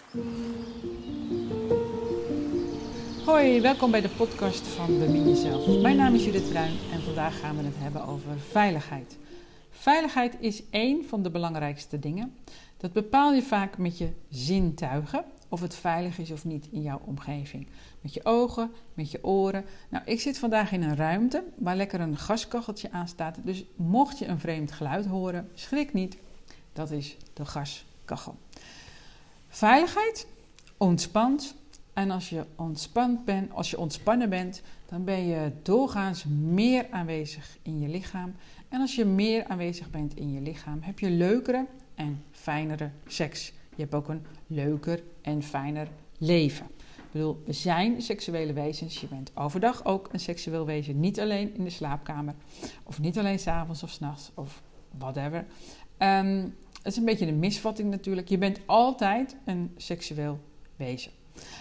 Hoi, welkom bij de podcast van Bemin Jezelf. Mijn naam is Judith Bruin en vandaag gaan we het hebben over veiligheid. Veiligheid is één van de belangrijkste dingen. Dat bepaal je vaak met je zintuigen, of het veilig is of niet in jouw omgeving. Met je ogen, met je oren. Nou, ik zit vandaag in een ruimte waar lekker een gaskacheltje aan staat. Dus mocht je een vreemd geluid horen, schrik niet. Dat is de gaskachel. Veiligheid ontspant. En als je ontspannen bent, dan ben je doorgaans meer aanwezig in je lichaam. En als je meer aanwezig bent in je lichaam, heb je leukere en fijnere seks. Je hebt ook een leuker en fijner leven. Ik bedoel, we zijn seksuele wezens. Je bent overdag ook een seksueel wezen. Niet alleen in de slaapkamer. Of niet alleen 's avonds of 's nachts. Of whatever. Het is een beetje een misvatting natuurlijk. Je bent altijd een seksueel wezen.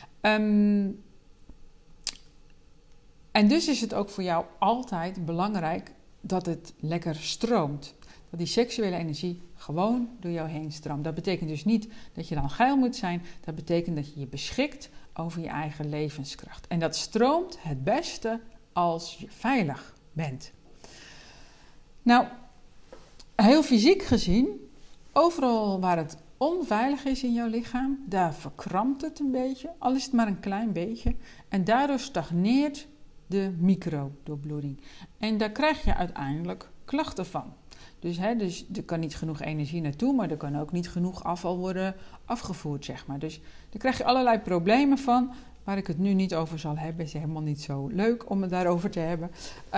En dus is het ook voor jou altijd belangrijk dat het lekker stroomt. Dat die seksuele energie gewoon door jou heen stroomt. Dat betekent dus niet dat je dan geil moet zijn. Dat betekent dat je je beschikt over je eigen levenskracht. En dat stroomt het beste als je veilig bent. Nou, heel fysiek gezien, overal waar het onveilig is in jouw lichaam, daar verkrampt het een beetje, al is het maar een klein beetje. En daardoor stagneert de microdoorbloeding. En daar krijg je uiteindelijk klachten van. Dus er kan niet genoeg energie naartoe, maar er kan ook niet genoeg afval worden afgevoerd, zeg maar. Dus daar krijg je allerlei problemen van, waar ik het nu niet over zal hebben. Het is helemaal niet zo leuk om het daarover te hebben.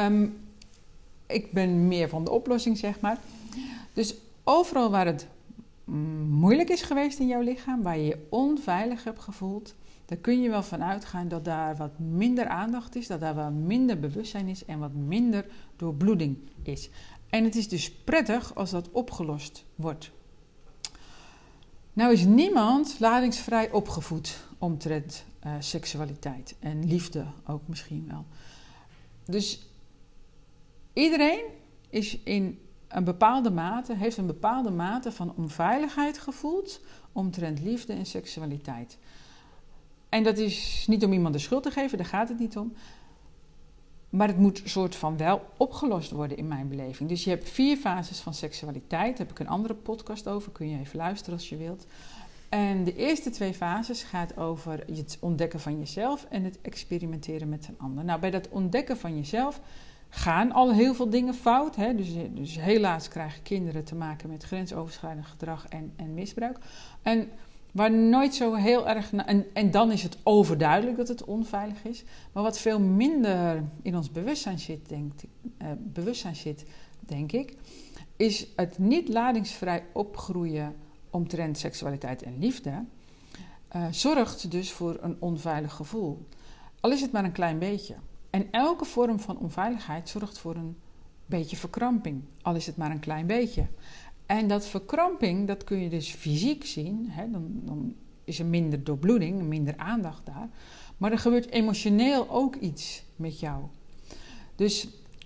Ik ben meer van de oplossing, zeg maar. Dus overal waar het moeilijk is geweest in jouw lichaam, waar je je onveilig hebt gevoeld, daar kun je wel van uitgaan dat daar wat minder aandacht is, dat daar wat minder bewustzijn is en wat minder doorbloeding is. En het is dus prettig als dat opgelost wordt. Nou is niemand ladingsvrij opgevoed omtrent seksualiteit en liefde ook misschien wel. Dus iedereen is heeft een bepaalde mate van onveiligheid gevoeld omtrent liefde en seksualiteit. En dat is niet om iemand de schuld te geven, daar gaat het niet om. Maar het moet soort van wel opgelost worden in mijn beleving. Dus je hebt 4 fases van seksualiteit. Daar heb ik een andere podcast over, kun je even luisteren als je wilt. En de eerste 2 fases gaat over het ontdekken van jezelf en het experimenteren met een ander. Nou, bij dat ontdekken van jezelf gaan al heel veel dingen fout. Hè? Dus helaas krijgen kinderen te maken met grensoverschrijdend gedrag en misbruik. En waar nooit zo heel erg... En dan is het overduidelijk dat het onveilig is. Maar wat veel minder in ons bewustzijn zit, denk ik, is het niet ladingsvrij opgroeien omtrent seksualiteit en liefde. Zorgt dus voor een onveilig gevoel. Al is het maar een klein beetje. En elke vorm van onveiligheid zorgt voor een beetje verkramping, al is het maar een klein beetje. En dat verkramping, dat kun je dus fysiek zien, hè? Dan is er minder doorbloeding, minder aandacht daar. Maar er gebeurt emotioneel ook iets met jou. Dus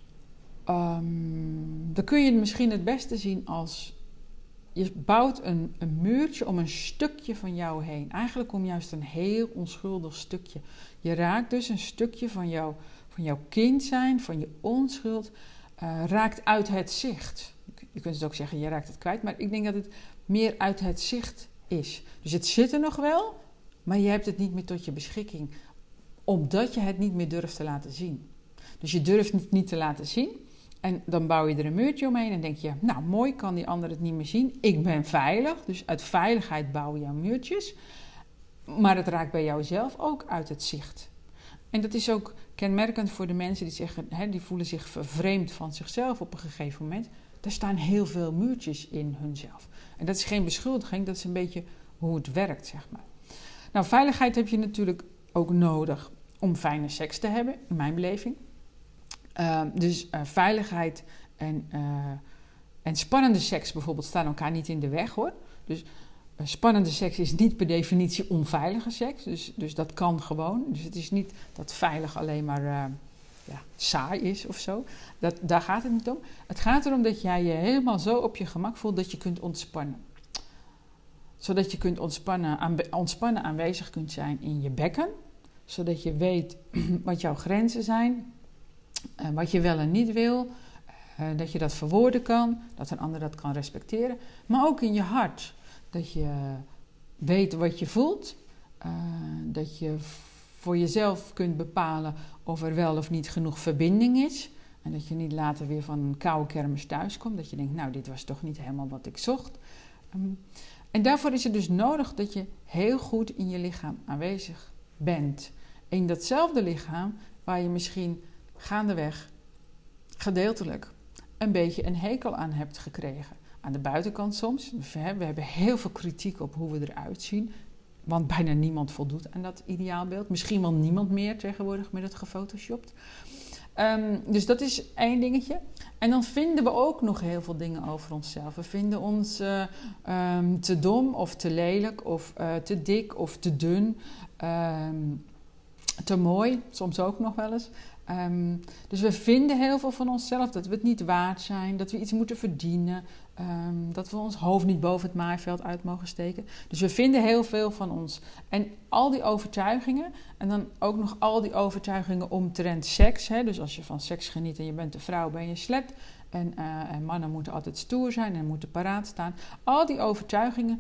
dan kun je het misschien het beste zien als je bouwt een muurtje om een stukje van jou heen. Eigenlijk om juist een heel onschuldig stukje. Je raakt dus een stukje van jouw kind zijn, van je onschuld, raakt uit het zicht. Je kunt het ook zeggen, je raakt het kwijt, maar ik denk dat het meer uit het zicht is. Dus het zit er nog wel, maar je hebt het niet meer tot je beschikking, omdat je het niet meer durft te laten zien. Dus je durft het niet te laten zien en dan bouw je er een muurtje omheen en denk je, nou mooi, kan die ander het niet meer zien. Ik ben veilig, dus uit veiligheid bouw je muurtjes, maar het raakt bij jouzelf ook uit het zicht. En dat is ook kenmerkend voor de mensen die zeggen, die voelen zich vervreemd van zichzelf op een gegeven moment. Er staan heel veel muurtjes in hunzelf. En dat is geen beschuldiging, dat is een beetje hoe het werkt, zeg maar. Nou, veiligheid heb je natuurlijk ook nodig om fijne seks te hebben, in mijn beleving. Dus veiligheid en spannende seks bijvoorbeeld staan elkaar niet in de weg, hoor. Dus spannende seks is niet per definitie onveilige seks. Dus dat kan gewoon. Dus het is niet dat veilig alleen maar saai is of zo. Daar gaat het niet om. Het gaat erom dat jij je helemaal zo op je gemak voelt dat je kunt ontspannen. zodat je kunt ontspannen aanwezig kunt zijn in je bekken. Zodat je weet wat jouw grenzen zijn, wat je wel en niet wil. Dat je dat verwoorden kan, dat een ander dat kan respecteren. Maar ook in je hart. Dat je weet wat je voelt. Dat je voor jezelf kunt bepalen of er wel of niet genoeg verbinding is. En dat je niet later weer van een koude kermis thuis komt. Dat je denkt, nou, dit was toch niet helemaal wat ik zocht. En daarvoor is het dus nodig dat je heel goed in je lichaam aanwezig bent. In datzelfde lichaam waar je misschien gaandeweg, gedeeltelijk, een beetje een hekel aan hebt gekregen. Aan de buitenkant soms. We hebben heel veel kritiek op hoe we eruit zien. Want bijna niemand voldoet aan dat ideaalbeeld. Misschien wel niemand meer tegenwoordig met het gefotoshopt. Dus dat is één dingetje. En dan vinden we ook nog heel veel dingen over onszelf. We vinden ons te dom of te lelijk of te dik of te dun. Te mooi, soms ook nog wel eens. Dus we vinden heel veel van onszelf. Dat we het niet waard zijn. Dat we iets moeten verdienen. Dat we ons hoofd niet boven het maaiveld uit mogen steken. Dus we vinden heel veel van ons. En al die overtuigingen. En dan ook nog al die overtuigingen omtrent seks. Hè? Dus als je van seks geniet en je bent een vrouw, ben je slet. En mannen moeten altijd stoer zijn en moeten paraat staan. Al die overtuigingen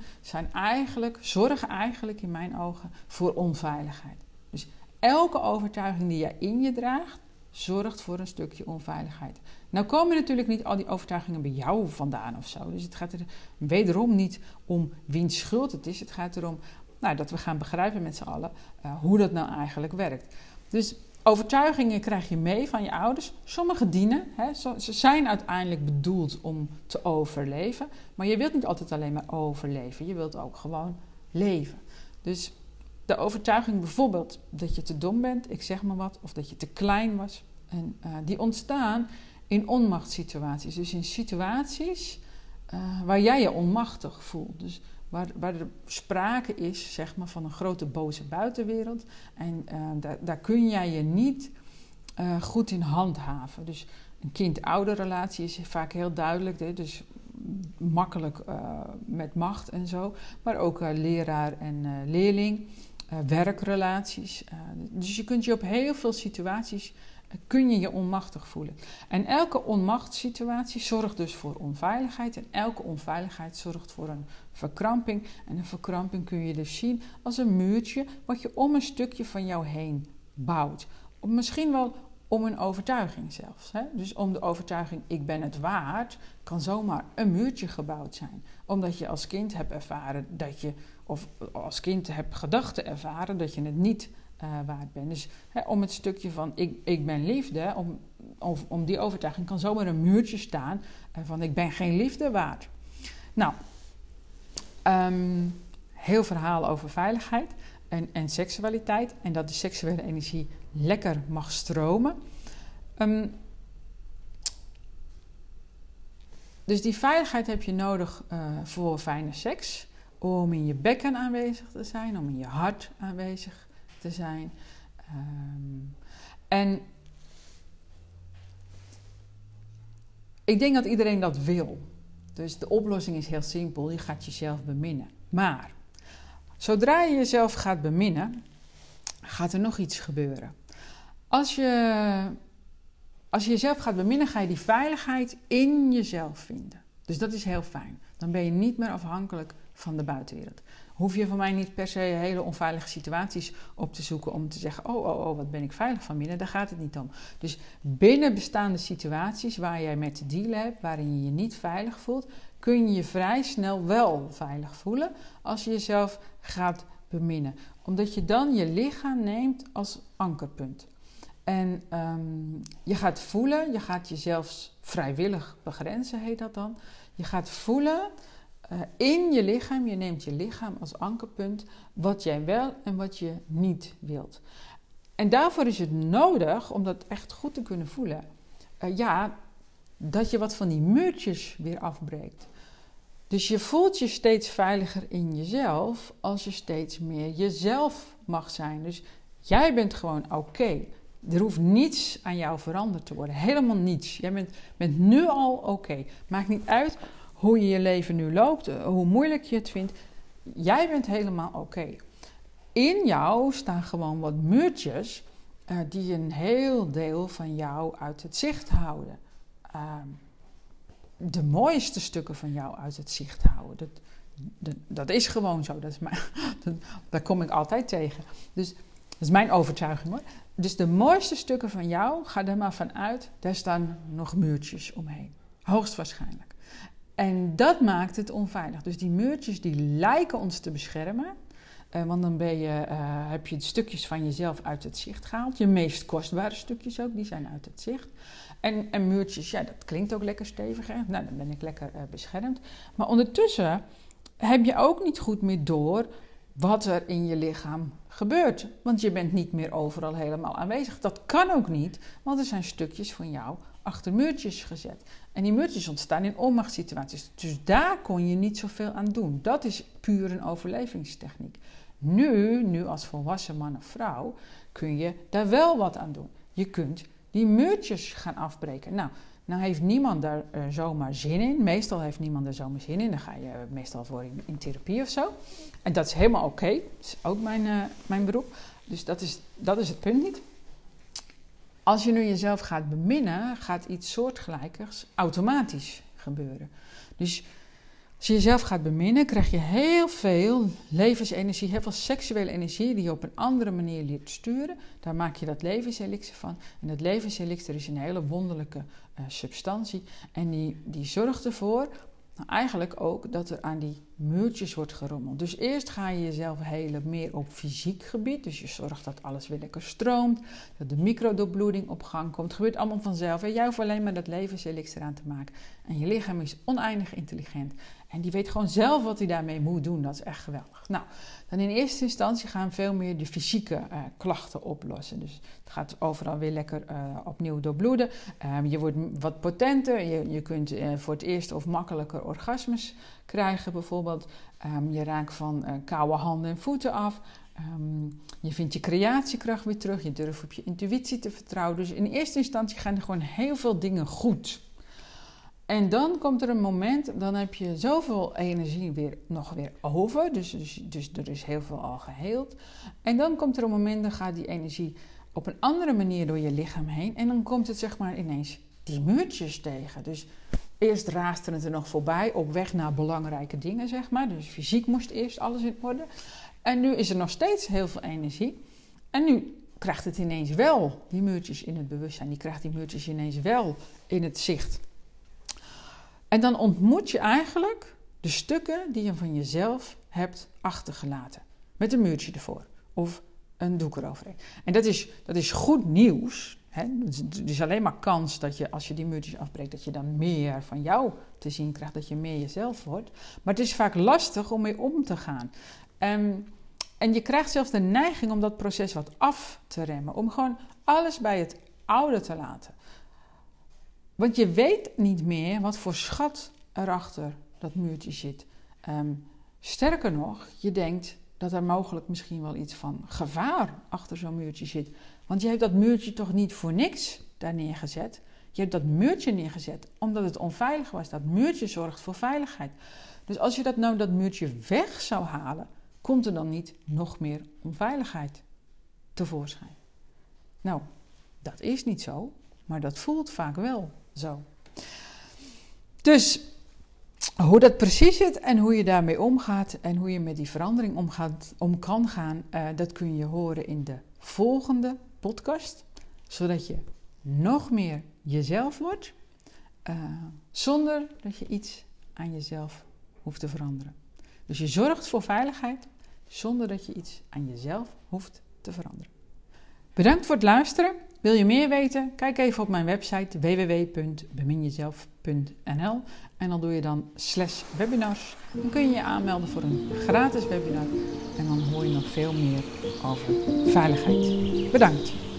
zorgen eigenlijk in mijn ogen voor onveiligheid. Dus elke overtuiging die jij in je draagt, zorgt voor een stukje onveiligheid. Nou komen natuurlijk niet al die overtuigingen bij jou vandaan of zo. Dus het gaat er wederom niet om wiens schuld het is. Het gaat erom dat we gaan begrijpen met z'n allen hoe dat nou eigenlijk werkt. Dus overtuigingen krijg je mee van je ouders. Sommige dienen. Ze zijn uiteindelijk bedoeld om te overleven. Maar je wilt niet altijd alleen maar overleven. Je wilt ook gewoon leven. Dus de overtuiging bijvoorbeeld dat je te dom bent, ik zeg maar wat, of dat je te klein was. En die ontstaan in onmachtssituaties. Dus in situaties waar jij je onmachtig voelt. Dus waar er sprake is, zeg maar, van een grote boze buitenwereld. En daar kun jij je niet goed in handhaven. Dus een kind-ouder-relatie is vaak heel duidelijk. Hè? Dus makkelijk met macht en zo. Maar ook leraar en leerling. Werkrelaties. Dus je kunt je op heel veel situaties kun je je onmachtig voelen. En elke onmachtssituatie zorgt dus voor onveiligheid. En elke onveiligheid zorgt voor een verkramping. En een verkramping kun je dus zien als een muurtje wat je om een stukje van jou heen bouwt. Misschien wel om een overtuiging zelfs. Hè? Dus om de overtuiging ik ben het waard, kan zomaar een muurtje gebouwd zijn. Omdat je als kind hebt ervaren dat je, of als kind hebt gedachten ervaren dat je het niet waard bent. Dus om het stukje van ik ben liefde, om die overtuiging kan zomaar een muurtje staan van ik ben geen liefde waard. Nou, heel verhaal over veiligheid en seksualiteit en dat de seksuele energie lekker mag stromen. Dus die veiligheid heb je nodig voor fijne seks, om in je bekken aanwezig te zijn, om in je hart aanwezig te zijn. En ik denk dat iedereen dat wil. Dus de oplossing is heel simpel. Je gaat jezelf beminnen. Maar zodra je jezelf gaat beminnen, gaat er nog iets gebeuren. Als je jezelf gaat beminnen, ga je die veiligheid in jezelf vinden. Dus dat is heel fijn. Dan ben je niet meer afhankelijk van de buitenwereld. Hoef je van mij niet per se hele onveilige situaties op te zoeken om te zeggen, oh, wat ben ik veilig van binnen. Daar gaat het niet om. Dus binnen bestaande situaties waar jij mee te dealen hebt, waarin je je niet veilig voelt, kun je je vrij snel wel veilig voelen als je jezelf gaat beminnen. Omdat je dan je lichaam neemt als ankerpunt. En je gaat voelen, je gaat jezelf vrijwillig begrenzen, heet dat dan. Je gaat voelen in je lichaam, je neemt je lichaam als ankerpunt, wat jij wel en wat je niet wilt. En daarvoor is het nodig, om dat echt goed te kunnen voelen, dat je wat van die muurtjes weer afbreekt. Dus je voelt je steeds veiliger in jezelf als je steeds meer jezelf mag zijn. Dus jij bent gewoon oké. Er hoeft niets aan jou veranderd te worden. Helemaal niets. Jij bent nu al oké. Maakt niet uit hoe je leven nu loopt, hoe moeilijk je het vindt. jij bent helemaal oké. In jou staan gewoon wat muurtjes die een heel deel van jou uit het zicht houden. De mooiste stukken van jou uit het zicht houden. Dat is gewoon zo. Daar kom ik altijd tegen. Dus dat is mijn overtuiging hoor. Dus de mooiste stukken van jou, ga er maar vanuit, daar staan nog muurtjes omheen. Hoogstwaarschijnlijk. En dat maakt het onveilig. Dus die muurtjes die lijken ons te beschermen. Want dan heb je stukjes van jezelf uit het zicht gehaald. Je meest kostbare stukjes ook, die zijn uit het zicht. En muurtjes, ja, dat klinkt ook lekker stevig. Hè? Nou, dan ben ik lekker beschermd. Maar ondertussen heb je ook niet goed meer door wat er in je lichaam gebeurt. Want je bent niet meer overal helemaal aanwezig. Dat kan ook niet, want er zijn stukjes van jou achter muurtjes gezet. En die muurtjes ontstaan in onmachtssituaties. Dus daar kon je niet zoveel aan doen. Dat is puur een overlevingstechniek. Nu als volwassen man of vrouw kun je daar wel wat aan doen. Je kunt die muurtjes gaan afbreken. Nou heeft niemand daar zomaar zin in. Meestal heeft niemand er zomaar zin in. Dan ga je meestal voor in therapie of zo. En dat is helemaal oké. Dat is ook mijn beroep. Dus dat is het punt niet. Als je nu jezelf gaat beminnen, gaat iets soortgelijks automatisch gebeuren. Dus als je jezelf gaat beminnen, krijg je heel veel levensenergie, heel veel seksuele energie die je op een andere manier leert sturen. Daar maak je dat levenselixer van. En dat levenselixer is een hele wonderlijke substantie. En die zorgt ervoor, eigenlijk ook, dat er aan die muurtjes wordt gerommeld. Dus eerst ga je jezelf helen meer op fysiek gebied. Dus je zorgt dat alles weer lekker stroomt. Dat de microdoorbloeding op gang komt. Het gebeurt allemaal vanzelf. Jij hoeft alleen maar dat levenselixer aan te maken. En je lichaam is oneindig intelligent. En die weet gewoon zelf wat hij daarmee moet doen. Dat is echt geweldig. Nou, dan in eerste instantie gaan veel meer de fysieke klachten oplossen. Dus het gaat overal weer lekker opnieuw doorbloeden. Je wordt wat potenter. Je kunt voor het eerst of makkelijker orgasmes krijgen bijvoorbeeld. Je raakt van koude handen en voeten af. Je vindt je creatiekracht weer terug. Je durft op je intuïtie te vertrouwen. Dus in eerste instantie gaan er gewoon heel veel dingen goed. En dan komt er een moment, dan heb je zoveel energie nog weer over. Dus er is heel veel al geheeld. En dan komt er een moment, dan gaat die energie op een andere manier door je lichaam heen. En dan komt het zeg maar ineens die muurtjes tegen. Dus eerst raasde het er nog voorbij op weg naar belangrijke dingen, zeg maar. Dus fysiek moest eerst alles in orde. En nu is er nog steeds heel veel energie. En nu krijgt het ineens wel die muurtjes in het bewustzijn. Die krijgt die muurtjes ineens wel in het zicht. En dan ontmoet je eigenlijk de stukken die je van jezelf hebt achtergelaten. Met een muurtje ervoor. Of een doek eroverheen. En dat is goed nieuws. Hè? Er is alleen maar kans dat je, als je die muurtjes afbreekt, dat je dan meer van jou te zien krijgt. Dat je meer jezelf wordt. Maar het is vaak lastig om mee om te gaan. En je krijgt zelfs de neiging om dat proces wat af te remmen. Om gewoon alles bij het oude te laten. Want je weet niet meer wat voor schat erachter dat muurtje zit. Sterker nog, je denkt dat er mogelijk misschien wel iets van gevaar achter zo'n muurtje zit. Want je hebt dat muurtje toch niet voor niks daar neergezet. Je hebt dat muurtje neergezet omdat het onveilig was. Dat muurtje zorgt voor veiligheid. Dus als je dat muurtje weg zou halen, komt er dan niet nog meer onveiligheid tevoorschijn. Nou, dat is niet zo, maar dat voelt vaak wel zo. Dus hoe dat precies zit en hoe je daarmee omgaat en hoe je met die verandering om kan gaan, dat kun je horen in de volgende podcast. Zodat je nog meer jezelf wordt, zonder dat je iets aan jezelf hoeft te veranderen. Dus je zorgt voor veiligheid, zonder dat je iets aan jezelf hoeft te veranderen. Bedankt voor het luisteren. Wil je meer weten? Kijk even op mijn website www.beminjezelf.nl en dan doe je dan /webinars. Dan kun je je aanmelden voor een gratis webinar en dan hoor je nog veel meer over veiligheid. Bedankt!